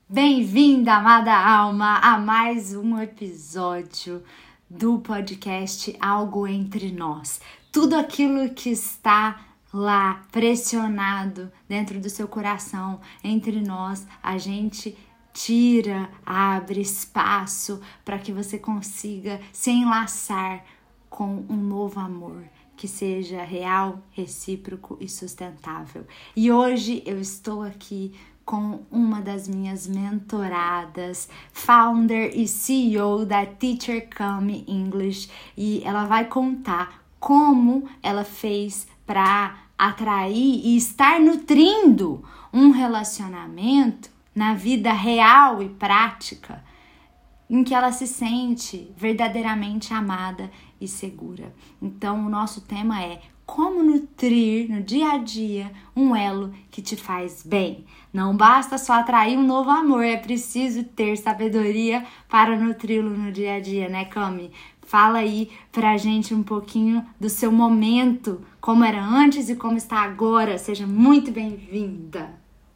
Bem-vinda, amada alma, a mais um episódio do podcast Algo Entre Nós. Tudo aquilo que está lá pressionado dentro do seu coração, entre nós, a gente tira, abre espaço para que você consiga se enlaçar com um novo amor que seja real, recíproco e sustentável. E hoje eu estou aqui com uma das minhas mentoradas, founder e CEO da Teacher Come English, e ela vai contar como ela fez para atrair e estar nutrindo um relacionamento na vida real e prática, em que ela se sente verdadeiramente amada e segura. Então, o nosso tema é como nutrir no dia a dia um elo que te faz bem. Não basta só atrair um novo amor, é preciso ter sabedoria para nutri-lo no dia a dia, né, Cami? Fala aí pra gente um pouquinho do seu momento, como era antes e como está agora. Seja muito bem-vinda.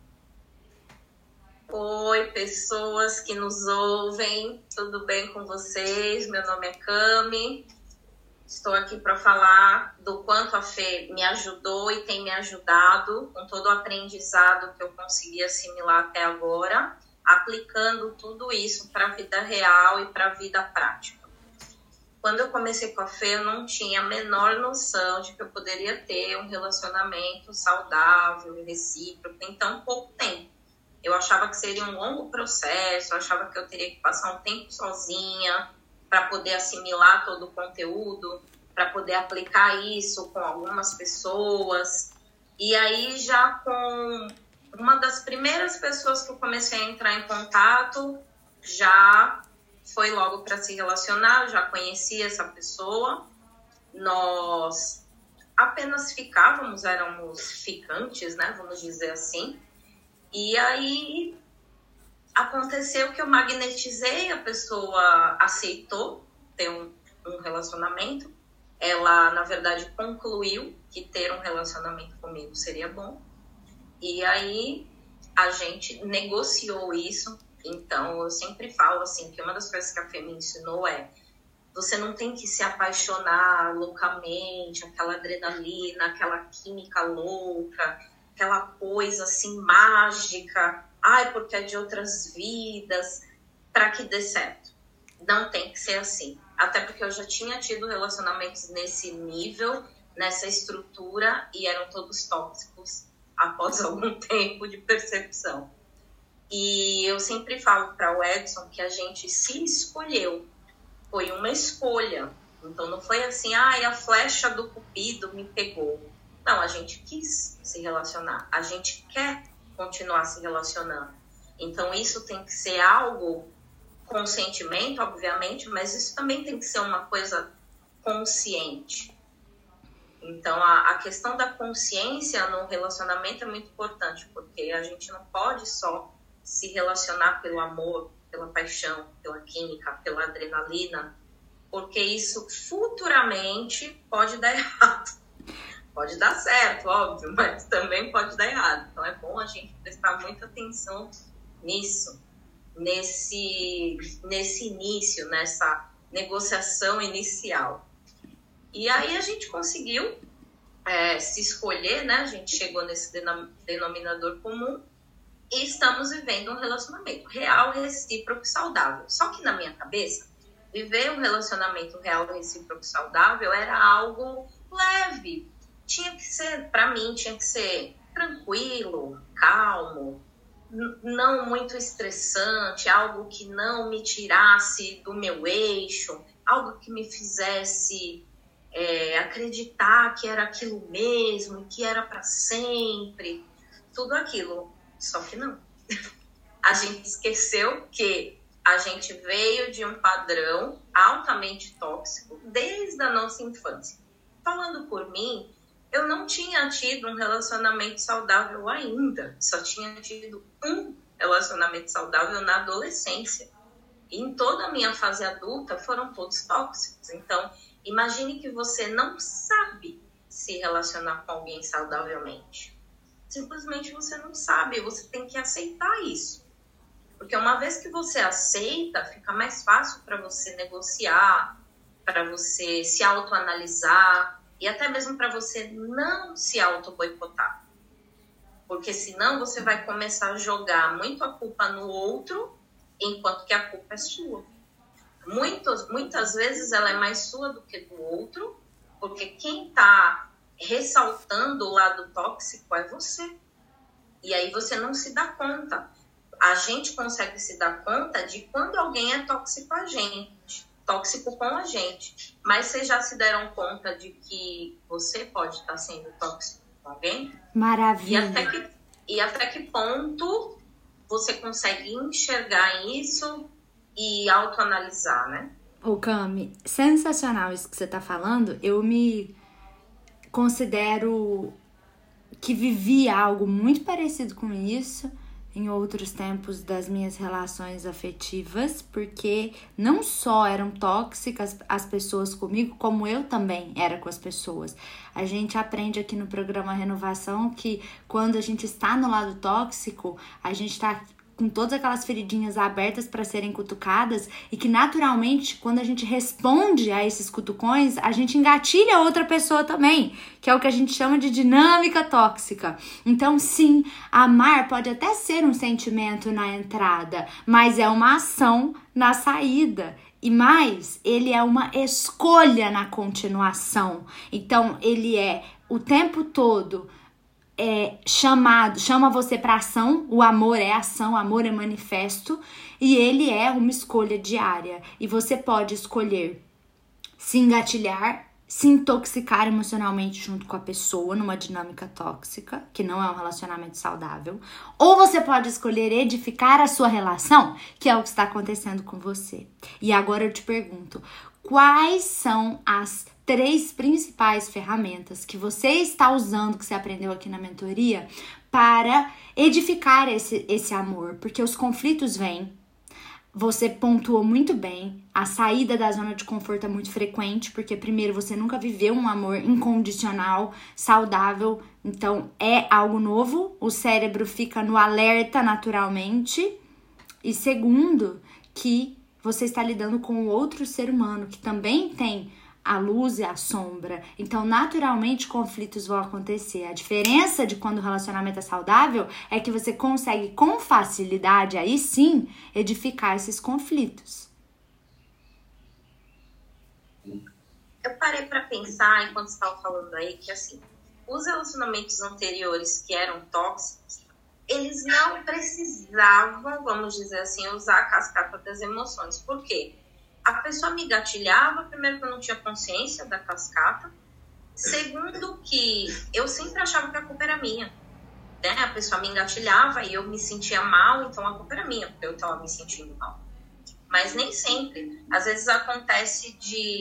Oi, pessoas que nos ouvem, tudo bem com vocês? Meu nome é Cami. Estou aqui para falar do quanto a Fê me ajudou e tem me ajudado com todo o aprendizado que eu consegui assimilar até agora, aplicando tudo isso para a vida real e para a vida prática. Quando eu comecei com a Fê, eu não tinha a menor noção de que eu poderia ter um relacionamento saudável e recíproco em tão pouco tempo. Eu achava que seria um longo processo, eu achava que eu teria que passar um tempo sozinha para poder assimilar todo o conteúdo, para poder aplicar isso com algumas pessoas. E aí, já com uma das primeiras pessoas que eu comecei a entrar em contato, já foi logo para se relacionar, eu já conhecia essa pessoa. Nós apenas ficávamos, éramos ficantes, né? Vamos dizer assim. E aí aconteceu que eu magnetizei, a pessoa aceitou ter um relacionamento. Ela, na verdade, concluiu que ter um relacionamento comigo seria bom. E aí a gente negociou isso. Então, eu sempre falo assim, que uma das coisas que a Fê me ensinou é: você não tem que se apaixonar loucamente, aquela adrenalina, aquela química louca, aquela coisa assim mágica, porque é de outras vidas, para que dê certo. Não tem que ser assim. Até porque eu já tinha tido relacionamentos nesse nível, nessa estrutura, e eram todos tóxicos após algum tempo de percepção. E eu sempre falo para o Edson que a gente se escolheu. Foi uma escolha. Então não foi assim, a flecha do cupido me pegou. Não, a gente quis se relacionar. A gente quer continuar se relacionando. Então isso tem que ser algo com sentimento, obviamente, mas isso também tem que ser uma coisa consciente. Então a questão da consciência no relacionamento é muito importante, porque a gente não pode só se relacionar pelo amor, pela paixão, pela química, pela adrenalina, porque isso futuramente pode dar errado. Pode dar certo, óbvio, mas também pode dar errado. Então é bom a gente prestar muita atenção nisso, nesse início, nessa negociação inicial. E aí a gente conseguiu se escolher, né? A gente chegou nesse denominador comum e estamos vivendo um relacionamento real, recíproco e saudável. Só que na minha cabeça, viver um relacionamento real, recíproco e saudável era algo leve. Tinha que ser, para mim, tinha que ser tranquilo, calmo, não muito estressante, algo que não me tirasse do meu eixo, algo que me fizesse acreditar que era aquilo mesmo, que era para sempre, tudo aquilo. Só que não. A gente esqueceu que a gente veio de um padrão altamente tóxico desde a nossa infância. Falando por mim, eu não tinha tido um relacionamento saudável ainda. Só tinha tido um relacionamento saudável na adolescência. E em toda a minha fase adulta foram todos tóxicos. Então, imagine que você não sabe se relacionar com alguém saudavelmente. Simplesmente você não sabe, você tem que aceitar isso. Porque uma vez que você aceita, fica mais fácil para você negociar, para você se autoanalisar e até mesmo para você não se auto-boicotar. Porque senão você vai começar a jogar muito a culpa no outro, enquanto que a culpa é sua. Muitas vezes ela é mais sua do que do outro, porque quem está ressaltando o lado tóxico é você. E aí você não se dá conta. A gente consegue se dar conta de quando alguém é tóxico com a gente. Mas vocês já se deram conta de que você pode estar sendo tóxico com alguém? Maravilha. E até que ponto você consegue enxergar isso e autoanalisar, né? Ô, Cami, sensacional isso que você tá falando. Eu me considero que vivi algo muito parecido com isso em outros tempos das minhas relações afetivas, porque não só eram tóxicas as pessoas comigo, como eu também era com as pessoas. A gente aprende aqui no programa Renovação que quando a gente está no lado tóxico, a gente está com todas aquelas feridinhas abertas para serem cutucadas e que naturalmente, quando a gente responde a esses cutucões, a gente engatilha outra pessoa também, que é o que a gente chama de dinâmica tóxica. Então, sim, amar pode até ser um sentimento na entrada, mas é uma ação na saída. E mais, ele é uma escolha na continuação. Então, ele é o tempo todo chama você para ação. O amor é ação, o amor é manifesto e ele é uma escolha diária. E você pode escolher se engatilhar, se intoxicar emocionalmente junto com a pessoa numa dinâmica tóxica, que não é um relacionamento saudável, ou você pode escolher edificar a sua relação, que é o que está acontecendo com você. E agora eu te pergunto, quais são as 3 principais ferramentas que você está usando, que você aprendeu aqui na mentoria, para edificar esse amor? Porque os conflitos vêm, você pontuou muito bem, a saída da zona de conforto é muito frequente, porque primeiro você nunca viveu um amor incondicional, saudável, então é algo novo, o cérebro fica no alerta naturalmente, e segundo, que você está lidando com outro ser humano, que também tem a luz e a sombra. Então, naturalmente, conflitos vão acontecer. A diferença de quando o relacionamento é saudável é que você consegue, com facilidade, aí sim, edificar esses conflitos. Eu parei para pensar, enquanto você estava falando aí, que assim, os relacionamentos anteriores que eram tóxicos, eles não precisavam, vamos dizer assim, usar a cascata das emoções. Por quê? A pessoa me gatilhava, primeiro que eu não tinha consciência da cascata, segundo que eu sempre achava que a culpa era minha, né? A pessoa me engatilhava e eu me sentia mal, então a culpa era minha, porque eu estava me sentindo mal. Mas nem sempre. Às vezes acontece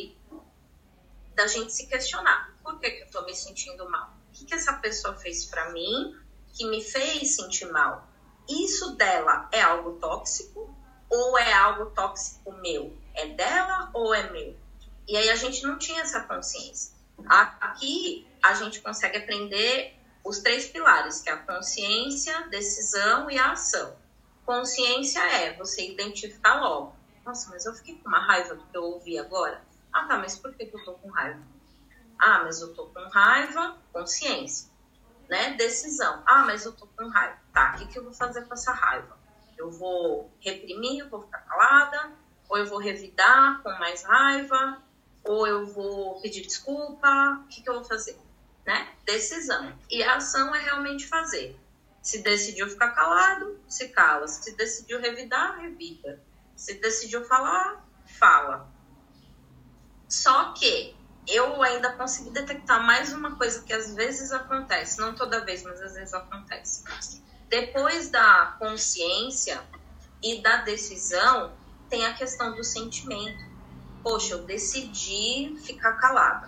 da gente se questionar, por que eu estou me sentindo mal? O que essa pessoa fez para mim que me fez sentir mal? Isso dela é algo tóxico ou é algo tóxico meu? É dela ou é meu? E aí a gente não tinha essa consciência. Aqui a gente consegue aprender os 3 pilares, que é a consciência, decisão e a ação. Consciência é você identificar logo. Nossa, mas eu fiquei com uma raiva do que eu ouvi agora. Ah, tá, mas por que eu tô com raiva? Ah, mas eu tô com raiva, consciência, né? Decisão. Ah, mas eu tô com raiva. Tá, o que eu vou fazer com essa raiva? Eu vou reprimir, eu vou ficar calada, ou eu vou revidar com mais raiva, ou eu vou pedir desculpa, o que eu vou fazer? Né? Decisão. E a ação é realmente fazer. Se decidiu ficar calado, se cala. Se decidiu revidar, revida. Se decidiu falar, fala. Só que eu ainda consegui detectar mais uma coisa que às vezes acontece, não toda vez, mas às vezes acontece. Depois da consciência e da decisão, tem a questão do sentimento. Poxa, eu decidi ficar calada.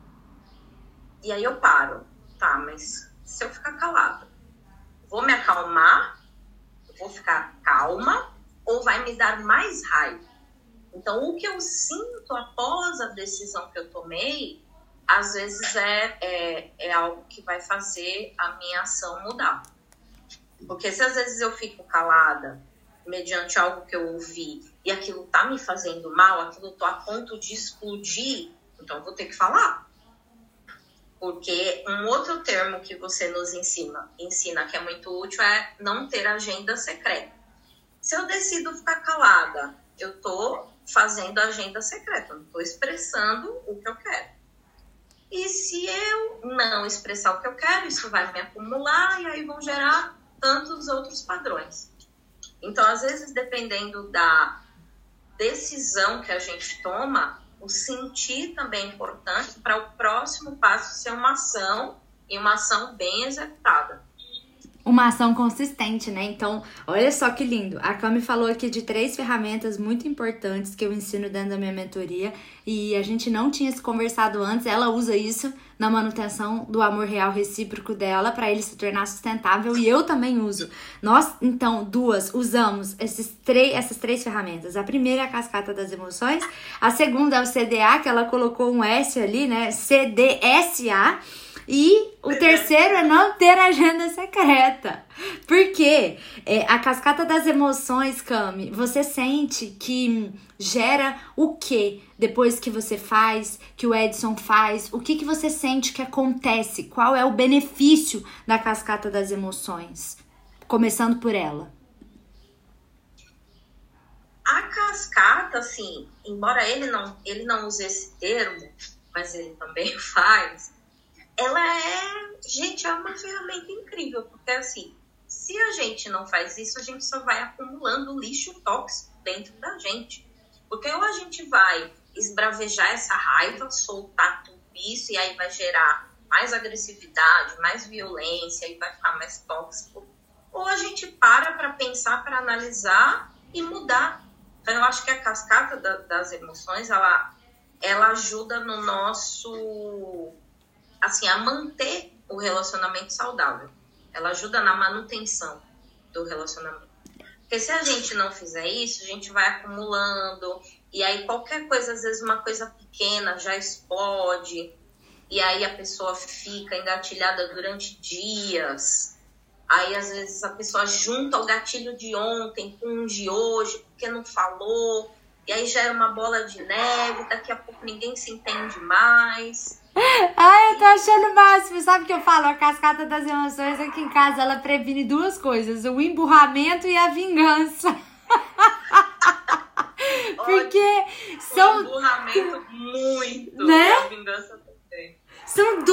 E aí eu paro. Tá, mas se eu ficar calada, vou me acalmar, vou ficar calma ou vai me dar mais raiva? Então, o que eu sinto após a decisão que eu tomei, às vezes é algo que vai fazer a minha ação mudar. Porque se às vezes eu fico calada mediante algo que eu ouvi, e aquilo tá me fazendo mal, aquilo tô a ponto de explodir, então eu vou ter que falar. Porque um outro termo que você nos ensina que é muito útil é não ter agenda secreta. Se eu decido ficar calada, eu tô fazendo agenda secreta, não tô expressando o que eu quero. E se eu não expressar o que eu quero, isso vai me acumular e aí vão gerar tantos outros padrões. Então, às vezes, dependendo da decisão que a gente toma, o sentir também é importante para o próximo passo ser uma ação e uma ação bem executada. Uma ação consistente, né? Então, olha só que lindo. A Cami falou aqui de 3 ferramentas muito importantes que eu ensino dentro da minha mentoria e a gente não tinha se conversado antes. Ela usa isso na manutenção do amor real recíproco dela para ele se tornar sustentável e eu também uso. Nós, então, usamos essas 3 ferramentas. A primeira é a cascata das emoções, a segunda é o CDA, que ela colocou um S ali, né? CDSA. E o terceiro é não ter agenda secreta. Porque a cascata das emoções, Cami, você sente que gera o quê? Depois que você faz, que o Edson faz, o que você sente que acontece? Qual é o benefício da cascata das emoções? Começando por ela. A cascata, assim, embora ele não use esse termo, mas ele também faz, ela é uma ferramenta incrível, porque assim, se a gente não faz isso, a gente só vai acumulando lixo tóxico dentro da gente. Porque ou a gente vai esbravejar essa raiva, soltar tudo isso, e aí vai gerar mais agressividade, mais violência, e vai ficar mais tóxico. Ou a gente para pensar, para analisar e mudar. Então eu acho que a cascata das emoções, ela ajuda no nosso... assim, a manter o relacionamento saudável. Ela ajuda na manutenção do relacionamento. Porque se a gente não fizer isso, a gente vai acumulando, e aí qualquer coisa, às vezes uma coisa pequena já explode, e aí a pessoa fica engatilhada durante dias. Aí, às vezes, a pessoa junta o gatilho de ontem com o de hoje, porque não falou, e aí gera uma bola de neve, daqui a pouco ninguém se entende mais. Ai, eu tô achando o máximo. Sabe o que eu falo? A cascata das emoções aqui em casa, ela previne 2 coisas: o emburramento e a vingança. Porque são... O emburramento muito, né? E a vingança também. São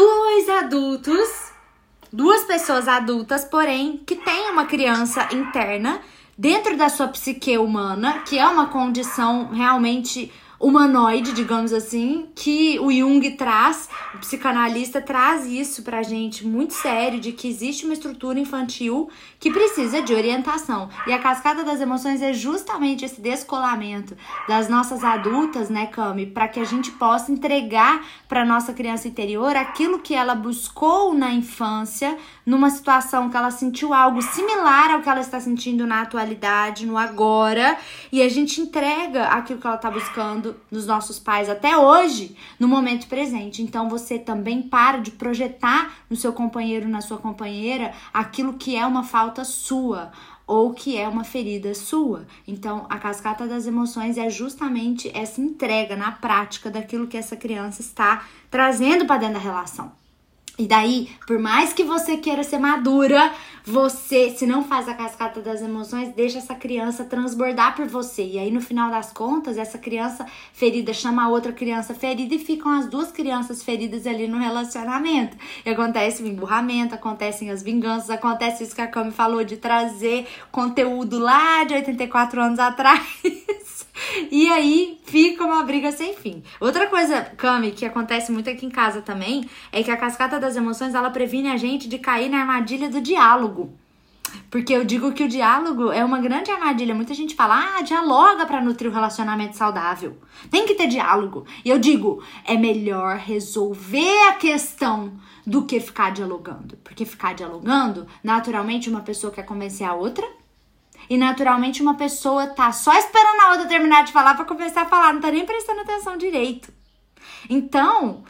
2 pessoas adultas, porém, que têm uma criança interna dentro da sua psique humana, que é uma condição realmente humanoide, digamos assim, que o Jung traz, o psicanalista traz isso pra gente muito sério, de que existe uma estrutura infantil que precisa de orientação. E a cascata das emoções é justamente esse descolamento das nossas adultas, né, Cami, para que a gente possa entregar para nossa criança interior aquilo que ela buscou na infância, numa situação que ela sentiu algo similar ao que ela está sentindo na atualidade, no agora, e a gente entrega aquilo que ela está buscando nos nossos pais até hoje, no momento presente. Então você também para de projetar no seu companheiro, na sua companheira, aquilo que é uma falta sua ou que é uma ferida sua. Então a cascata das emoções é justamente essa entrega na prática daquilo que essa criança está trazendo para dentro da relação. E daí, por mais que você queira ser madura, você, se não faz a cascata das emoções, deixa essa criança transbordar por você. E aí, no final das contas, essa criança ferida chama a outra criança ferida e ficam as 2 crianças feridas ali no relacionamento. E acontece o emburramento, acontecem as vinganças, acontece isso que a Cami falou de trazer conteúdo lá de 84 anos atrás. E aí fica uma briga sem fim. Outra coisa, Cami, que acontece muito aqui em casa também, é que a cascata das emoções, ela previne a gente de cair na armadilha do diálogo. Porque eu digo que o diálogo é uma grande armadilha. Muita gente fala, dialoga pra nutrir o relacionamento saudável. Tem que ter diálogo. E eu digo, é melhor resolver a questão do que ficar dialogando. Porque ficar dialogando, naturalmente uma pessoa quer convencer a outra, e naturalmente uma pessoa tá só esperando a outra terminar de falar pra começar a falar, não tá nem prestando atenção direito. Então,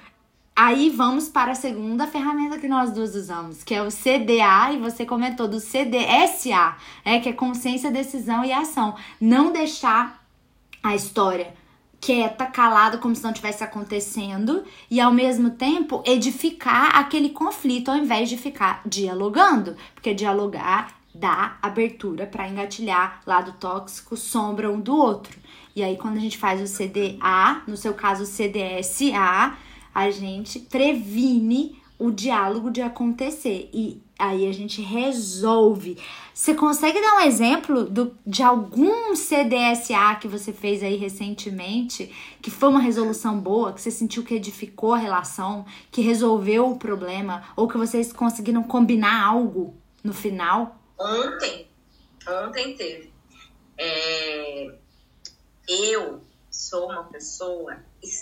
Aí vamos para a segunda ferramenta que nós duas usamos, que é o CDA, e você comentou do CDSA, que é consciência, decisão e ação. Não deixar a história quieta, calada, como se não estivesse acontecendo, e ao mesmo tempo edificar aquele conflito ao invés de ficar dialogando, porque dialogar dá abertura para engatilhar lado tóxico, sombra um do outro. E aí quando a gente faz o CDA, no seu caso o CDSA, a gente previne o diálogo de acontecer e aí a gente resolve. Você consegue dar um exemplo de algum CDSA que você fez aí recentemente, que foi uma resolução boa, que você sentiu que edificou a relação, que resolveu o problema, ou que vocês conseguiram combinar algo no final? Ontem teve. Eu sou uma pessoa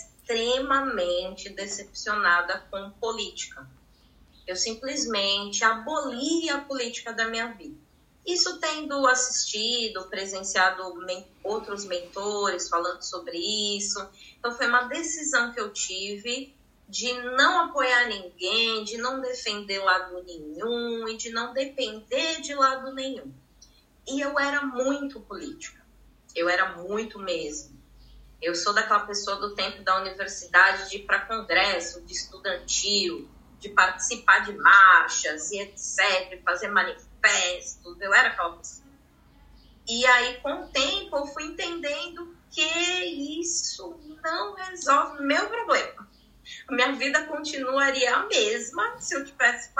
extremamente decepcionada com política. Eu simplesmente aboli a política da minha vida. Isso tendo assistido, presenciado outros mentores falando sobre isso. Então foi uma decisão que eu tive de não apoiar ninguém, de não defender lado nenhum e de não depender de lado nenhum. E eu era muito política. Eu era muito mesmo. Eu sou daquela pessoa do tempo da universidade de ir para congresso, de estudantil, de participar de marchas e etc, fazer manifestos. Eu era aquela pessoa. E aí, com o tempo, eu fui entendendo que isso não resolve o meu problema. A minha vida continuaria a mesma se eu estivesse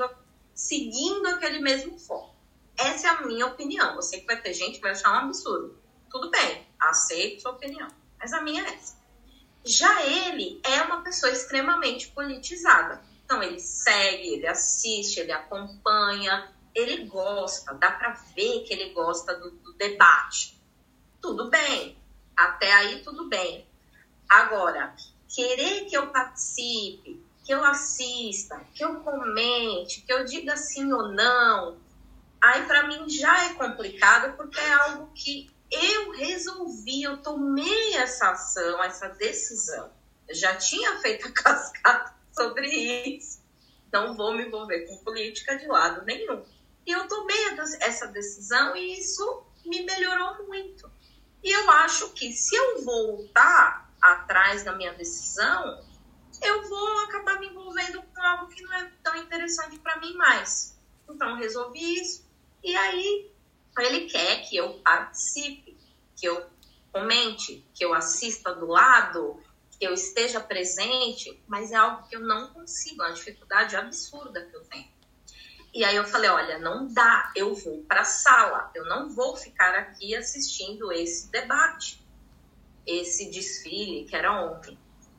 seguindo aquele mesmo foco. Essa é a minha opinião. Eu sei que vai ter gente que vai achar um absurdo. Tudo bem, aceito sua opinião. Mas a minha é essa. Já ele é uma pessoa extremamente politizada. Então, ele segue, ele assiste, ele acompanha, ele gosta, dá pra ver que ele gosta do debate. Tudo bem, até aí tudo bem. Agora, querer que eu participe, que eu assista, que eu comente, que eu diga sim ou não, aí pra mim já é complicado, porque é algo que eu resolvi, eu tomei essa ação, essa decisão. Eu já tinha feito a cascata sobre isso. Não vou me envolver com política de lado nenhum. E eu tomei essa decisão e isso me melhorou muito. E eu acho que se eu voltar atrás da minha decisão, eu vou acabar me envolvendo com algo que não é tão interessante para mim mais. Então, eu resolvi isso. E aí, ele quer que eu participe, que eu comente, que eu assista do lado, que eu esteja presente, mas é algo que eu não consigo, é uma dificuldade absurda que eu tenho. E aí eu falei, olha, não dá, eu vou para a sala, eu não vou ficar aqui assistindo esse debate, esse desfile que era ontem.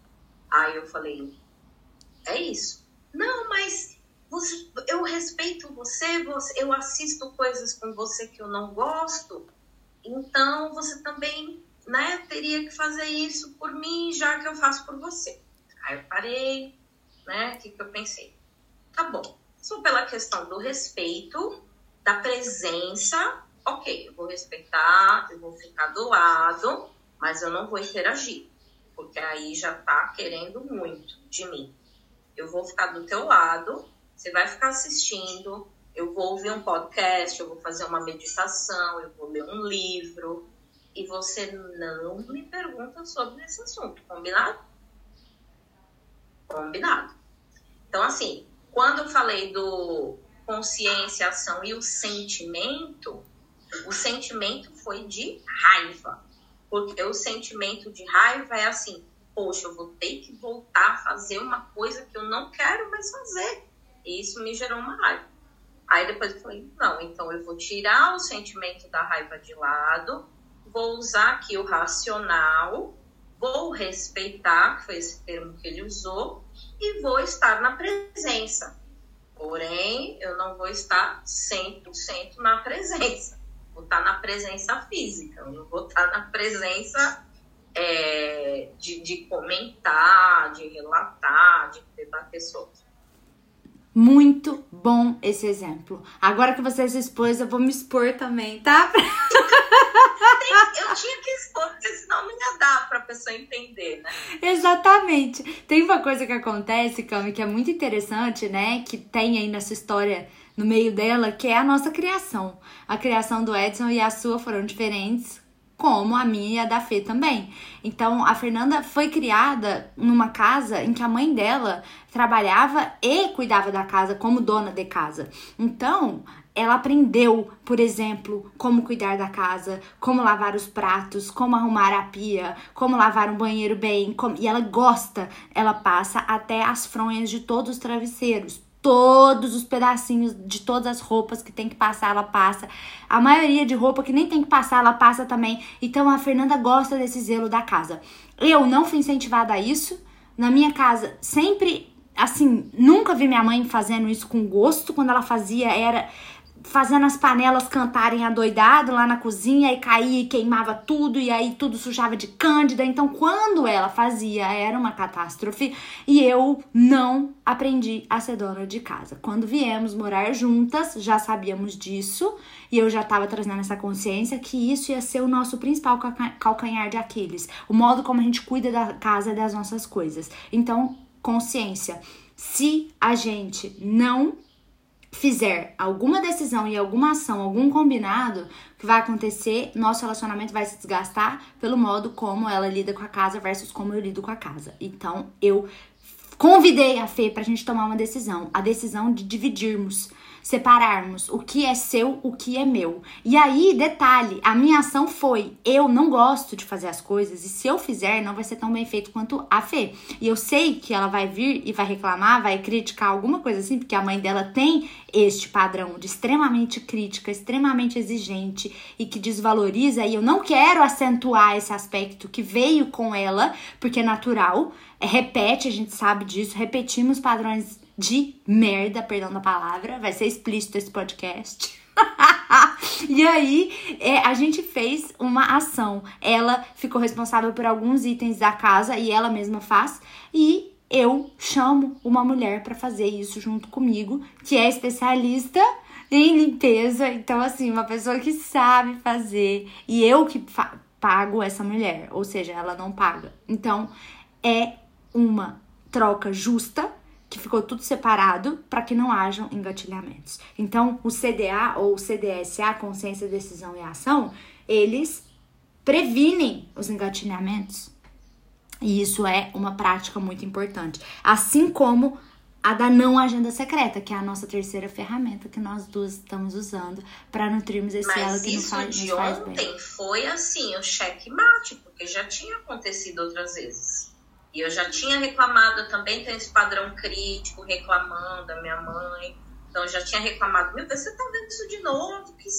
Aí eu falei, é isso. Não, mas eu respeito você, eu assisto coisas com você que eu não gosto, então você também, né, teria que fazer isso por mim, já que eu faço por você. Aí eu parei, né, o que eu pensei? Tá bom, só pela questão do respeito, da presença, ok, eu vou respeitar, eu vou ficar do lado, mas eu não vou interagir, porque aí já tá querendo muito de mim. Eu vou ficar do teu lado, você vai ficar assistindo, eu vou ouvir um podcast, eu vou fazer uma meditação, eu vou ler um livro, e você não me pergunta sobre esse assunto, combinado? Combinado. Então, assim, quando eu falei do consciência, ação e o sentimento foi de raiva. Porque o sentimento de raiva é assim, poxa, eu vou ter que voltar a fazer uma coisa que eu não quero mais fazer. E isso me gerou uma raiva. Aí depois eu falei, não, então eu vou tirar o sentimento da raiva de lado, vou usar aqui o racional, vou respeitar, que foi esse termo que ele usou, e vou estar na presença. Porém, eu não vou estar 100% na presença. Vou estar na presença física, eu não vou estar na presença de comentar, de relatar, de debater sobre. Muito bom esse exemplo. Agora que você se expôs, eu vou me expor também, tá? Tem que Eu tinha que expor, porque senão não ia dar pra pessoa entender, né? Exatamente. Tem uma coisa que acontece, Cami, que é muito interessante, né? Que tem aí nessa história, no meio dela, que é a nossa criação. A criação do Edson e a sua foram diferentes, como a minha e a da Fê também. Então, a Fernanda foi criada numa casa em que a mãe dela trabalhava e cuidava da casa como dona de casa. Então, ela aprendeu, por exemplo, como cuidar da casa, como lavar os pratos, como arrumar a pia, como lavar um banheiro bem. E ela gosta, ela passa até as fronhas de todos os travesseiros. Todos os pedacinhos de todas as roupas que tem que passar, ela passa. A maioria de roupa que nem tem que passar, ela passa também. Então, a Fernanda gosta desse zelo da casa. Eu não fui incentivada a isso. Na minha casa, sempre, assim, nunca vi minha mãe fazendo isso com gosto. Quando ela fazia, era fazendo as panelas cantarem adoidado lá na cozinha e caía e queimava tudo e aí tudo sujava de cândida. Então, quando ela fazia, era uma catástrofe e eu não aprendi a ser dona de casa. Quando viemos morar juntas, já sabíamos disso e eu já estava trazendo essa consciência que isso ia ser o nosso principal calcanhar de Aquiles. O modo como a gente cuida da casa e das nossas coisas. Então, consciência. Se a gente não fizer alguma decisão e alguma ação, algum combinado, o que vai acontecer, nosso relacionamento vai se desgastar pelo modo como ela lida com a casa versus como eu lido com a casa. Então, eu convidei a Fê pra gente tomar uma decisão, a decisão de dividirmos, separarmos o que é seu, o que é meu. E aí, detalhe, a minha ação foi, eu não gosto de fazer as coisas e se eu fizer, não vai ser tão bem feito quanto a Fê. E eu sei que ela vai vir e vai reclamar, vai criticar alguma coisa assim, porque a mãe dela tem este padrão de extremamente crítica, extremamente exigente e que desvaloriza, e eu não quero acentuar esse aspecto que veio com ela, porque é natural, repete, a gente sabe disso, repetimos padrões de merda, perdão da palavra, vai ser explícito esse podcast. E aí, a gente fez uma ação. Ela ficou responsável por alguns itens da casa e ela mesma faz. E eu chamo uma mulher pra fazer isso junto comigo, que é especialista em limpeza. Então, assim, uma pessoa que sabe fazer. E eu que pago essa mulher, ou seja, ela não paga. Então, é uma troca justa, que ficou tudo separado para que não hajam engatilhamentos. Então, o CDA ou o CDSA, Consciência, Decisão e Ação, eles previnem os engatilhamentos. E isso é uma prática muito importante. Assim como a da não agenda secreta, que é a nossa terceira ferramenta que nós duas estamos usando para nutrirmos esse elo que nos faz bem. Mas isso de ontem foi assim, o checkmate, porque já tinha acontecido outras vezes. E eu já tinha reclamado, eu também tenho esse padrão crítico, reclamando da minha mãe. Então, eu já tinha reclamado, meu Deus, você tá vendo isso de novo? Que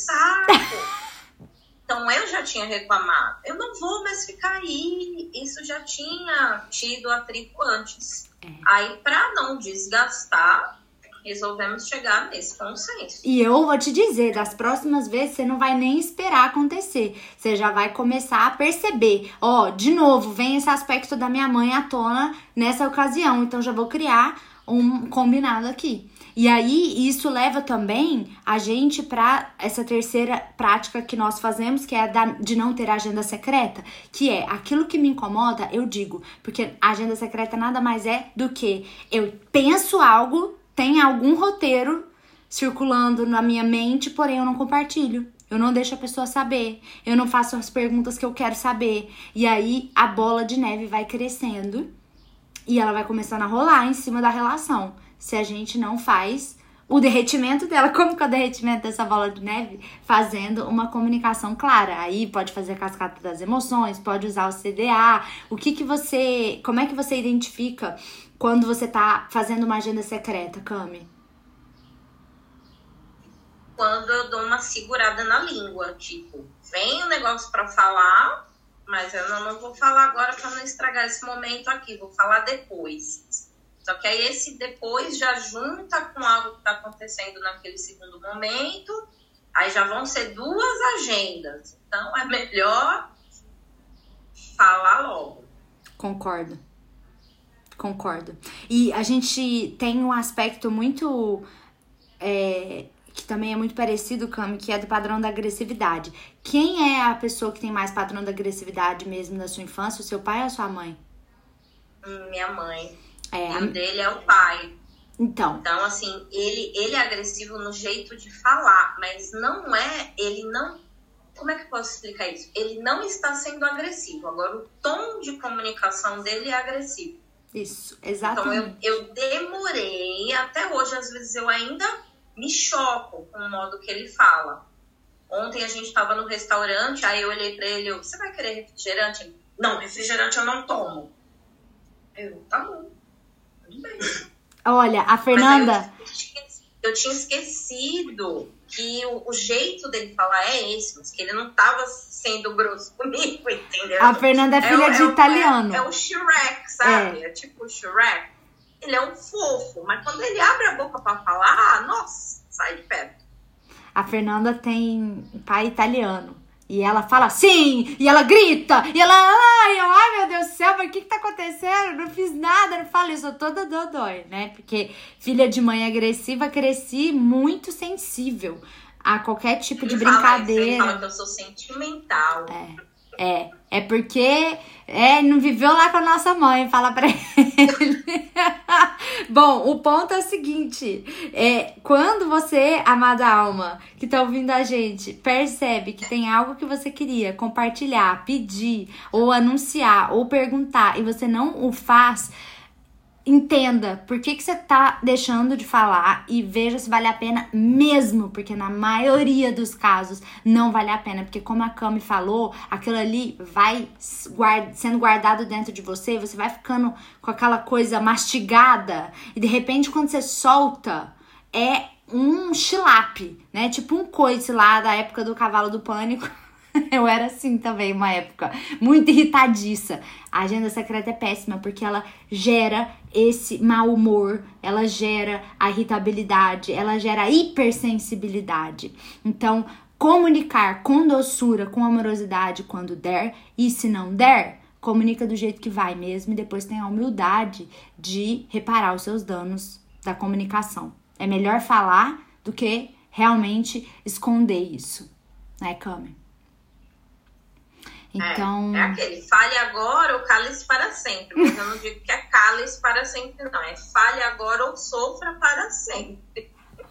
saco! Então, eu já tinha reclamado. Eu não vou mais ficar aí. Isso já tinha tido atrito antes. Aí, pra não desgastar, resolvemos chegar nesse consenso. E eu vou te dizer, das próximas vezes você não vai nem esperar acontecer. Você já vai começar a perceber. Ó, de novo, vem esse aspecto da minha mãe à tona nessa ocasião. Então já vou criar um combinado aqui. E aí, isso leva também a gente para essa terceira prática que nós fazemos, que é a de não ter agenda secreta, que é aquilo que me incomoda, eu digo. Porque a agenda secreta nada mais é do que eu penso algo, tem algum roteiro circulando na minha mente, porém eu não compartilho. Eu não deixo a pessoa saber. Eu não faço as perguntas que eu quero saber. E aí a bola de neve vai crescendo e ela vai começando a rolar em cima da relação. Se a gente não faz o derretimento dela, como que é o derretimento dessa bola de neve? Fazendo uma comunicação clara. Aí pode fazer a cascata das emoções, pode usar o CDA. Como é que você identifica quando você tá fazendo uma agenda secreta, Cami? Quando eu dou uma segurada na língua, tipo, vem um negócio pra falar, mas eu não vou falar agora pra não estragar esse momento aqui, vou falar depois. Só que aí esse depois já junta com algo que tá acontecendo naquele segundo momento, aí já vão ser duas agendas. Então é melhor falar logo. Concordo. E a gente tem um aspecto muito que também é muito parecido, Cami, que é do padrão da agressividade. Quem é a pessoa que tem mais padrão da agressividade mesmo na sua infância? O seu pai ou a sua mãe? Minha mãe. E o dele é o pai. Então, assim, ele é agressivo no jeito de falar, mas não é, ele não... Como é que eu posso explicar isso? Ele não está sendo agressivo. Agora, o tom de comunicação dele é agressivo. Isso, exatamente. Então, eu demorei, até hoje, às vezes, eu ainda me choco com o modo que ele fala. Ontem a gente estava no restaurante, aí eu olhei para ele, você vai querer refrigerante? Ele, não, refrigerante eu não tomo. Tá bom, tudo bem. Olha, a Fernanda... Eu tinha esquecido que o jeito dele falar é esse, mas que ele não tava sendo grosso comigo, entendeu? A Fernanda é filha de italiano. É o Shrek, sabe? É tipo o Shrek. Ele é um fofo, mas quando ele abre a boca pra falar, nossa, sai de perto. A Fernanda tem pai italiano. E ela fala sim, e ela grita, e ela, ai meu Deus do céu, mas o que tá acontecendo? Não fiz nada, não falei, eu sou toda dodói, né? Porque filha de mãe agressiva, cresci muito sensível a qualquer tipo de brincadeira. Ele fala que eu sou sentimental. É porque não viveu lá com a nossa mãe, fala pra ele. Bom, o ponto é o seguinte, quando você, amada alma, que tá ouvindo a gente, percebe que tem algo que você queria compartilhar, pedir, ou anunciar, ou perguntar, e você não o faz, entenda por que você tá deixando de falar e veja se vale a pena mesmo, porque na maioria dos casos não vale a pena, porque como a Cami falou, aquilo ali vai sendo guardado dentro de você, você vai ficando com aquela coisa mastigada e de repente quando você solta, é um chilape, né? Tipo um coice lá da época do Cavalo do Pânico. Eu era assim também, uma época, muito irritadiça. A agenda secreta é péssima, porque ela gera esse mau humor, ela gera a irritabilidade, ela gera a hipersensibilidade. Então, comunicar com doçura, com amorosidade quando der, e se não der, comunica do jeito que vai mesmo, e depois tem a humildade de reparar os seus danos da comunicação. É melhor falar do que realmente esconder isso, né, Cami? Então... É aquele, fale agora ou cale-se para sempre. Mas eu não digo que é cale-se para sempre, não. É fale agora ou sofra para sempre.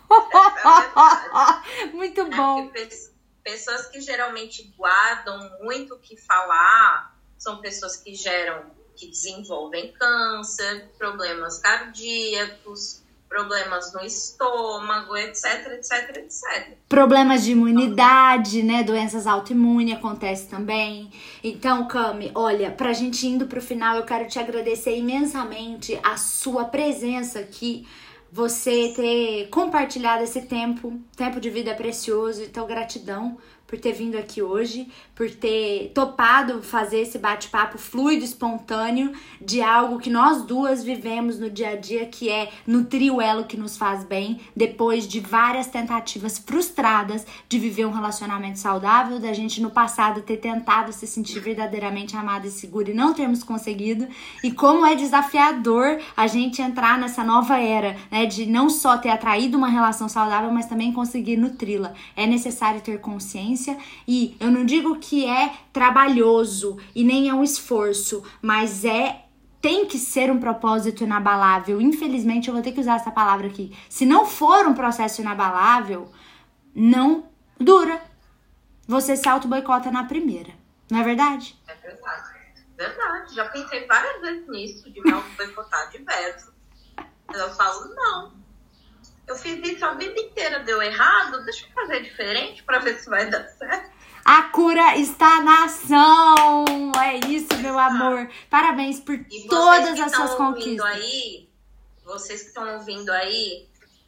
Muito bom. Pessoas que geralmente guardam muito o que falar são pessoas que desenvolvem câncer, problemas cardíacos, problemas no estômago, etc, etc, etc. Problemas de imunidade, né? Doenças autoimunes acontece também. Então, Cami, olha, pra gente indo pro final, eu quero te agradecer imensamente a sua presença aqui, você ter compartilhado esse tempo de vida é precioso, então gratidão por ter vindo aqui hoje, por ter topado fazer esse bate-papo fluido, espontâneo, de algo que nós duas vivemos no dia a dia, que é nutrir o elo que nos faz bem, depois de várias tentativas frustradas de viver um relacionamento saudável, da gente no passado ter tentado se sentir verdadeiramente amada e segura e não termos conseguido, e como é desafiador a gente entrar nessa nova era, né, de não só ter atraído uma relação saudável, mas também conseguir nutri-la. É necessário ter consciência. E eu não digo que é trabalhoso e nem é um esforço, mas tem que ser um propósito inabalável. Infelizmente, eu vou ter que usar essa palavra aqui. Se não for um processo inabalável, não dura. Você se auto-boicota na primeira. Não é verdade? É verdade. Verdade. Já pensei várias vezes nisso, de me auto-boicotar diverso. Mas eu falo, não. Eu fiz isso a vida inteira, deu errado, deixa eu fazer diferente pra ver se vai dar certo. A cura está na ação! É isso, meu amor. Parabéns por todas as suas conquistas. Vocês que estão ouvindo aí,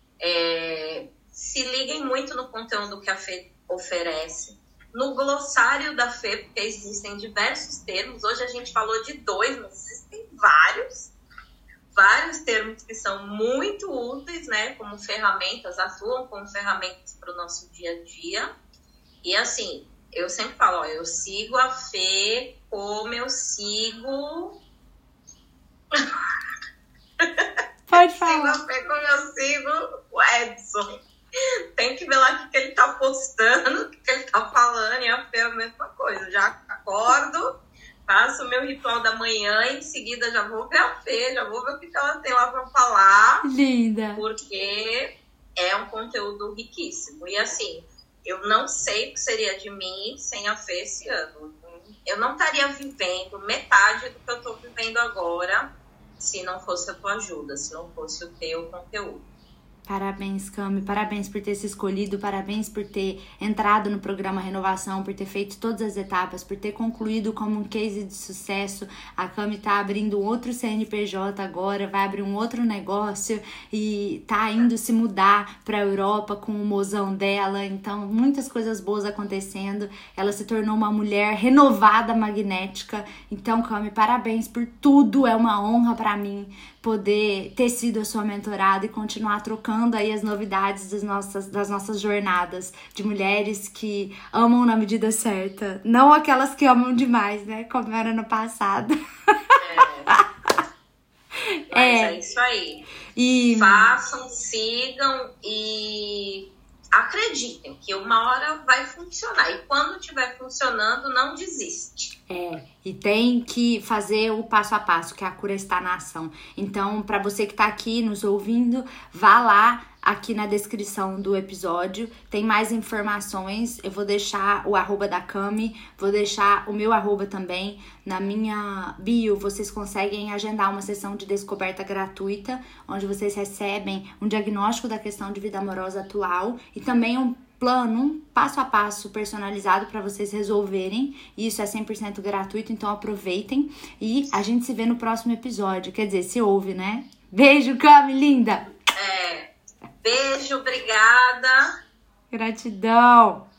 se liguem muito no conteúdo que a Fê oferece. No glossário da Fê, porque existem diversos termos. Hoje a gente falou de 2, mas existem vários termos que são muito úteis, né, como ferramentas, atuam como ferramentas para o nosso dia a dia. E assim, eu sempre falo, eu sigo a Fê como eu sigo... Pode falar. Sigo a Fê como eu sigo o Edson. Tem que ver lá o que ele tá postando, o que ele tá falando, e a Fê é a mesma coisa. Já acordo, faço o meu ritual da manhã e em seguida já vou ver a Fê, já vou ver o que ela tem lá pra falar. Linda! Porque é um conteúdo riquíssimo. E assim, eu não sei o que seria de mim sem a Fê esse ano. Eu não estaria vivendo metade do que eu tô vivendo agora se não fosse a tua ajuda, se não fosse o teu conteúdo. Parabéns, Cami, parabéns por ter se escolhido, parabéns por ter entrado no programa Renovação, por ter feito todas as etapas, por ter concluído como um case de sucesso. A Cami tá abrindo outro CNPJ agora, vai abrir um outro negócio e tá indo se mudar pra Europa com o mozão dela, então muitas coisas boas acontecendo. Ela se tornou uma mulher renovada, magnética. Então, Cami, parabéns por tudo, é uma honra pra mim poder ter sido a sua mentorada e continuar trocando aí as novidades das nossas jornadas de mulheres que amam na medida certa. Não aquelas que amam demais, né? Como era no passado. Mas é isso aí. E façam, sigam e acreditem que uma hora vai funcionar. E quando estiver funcionando, não desiste. E tem que fazer o passo a passo, que a cura está na ação. Então, para você que está aqui nos ouvindo, vá lá aqui na descrição do episódio, tem mais informações. Eu vou deixar o arroba da Cami, vou deixar o meu arroba também. Na minha bio, vocês conseguem agendar uma sessão de descoberta gratuita, onde vocês recebem um diagnóstico da questão de vida amorosa atual e também um plano, um passo a passo personalizado para vocês resolverem. Isso é 100% gratuito, então aproveitem. E a gente se vê no próximo episódio. Quer dizer, se ouve, né? Beijo, Cami, linda! Beijo, obrigada. Gratidão.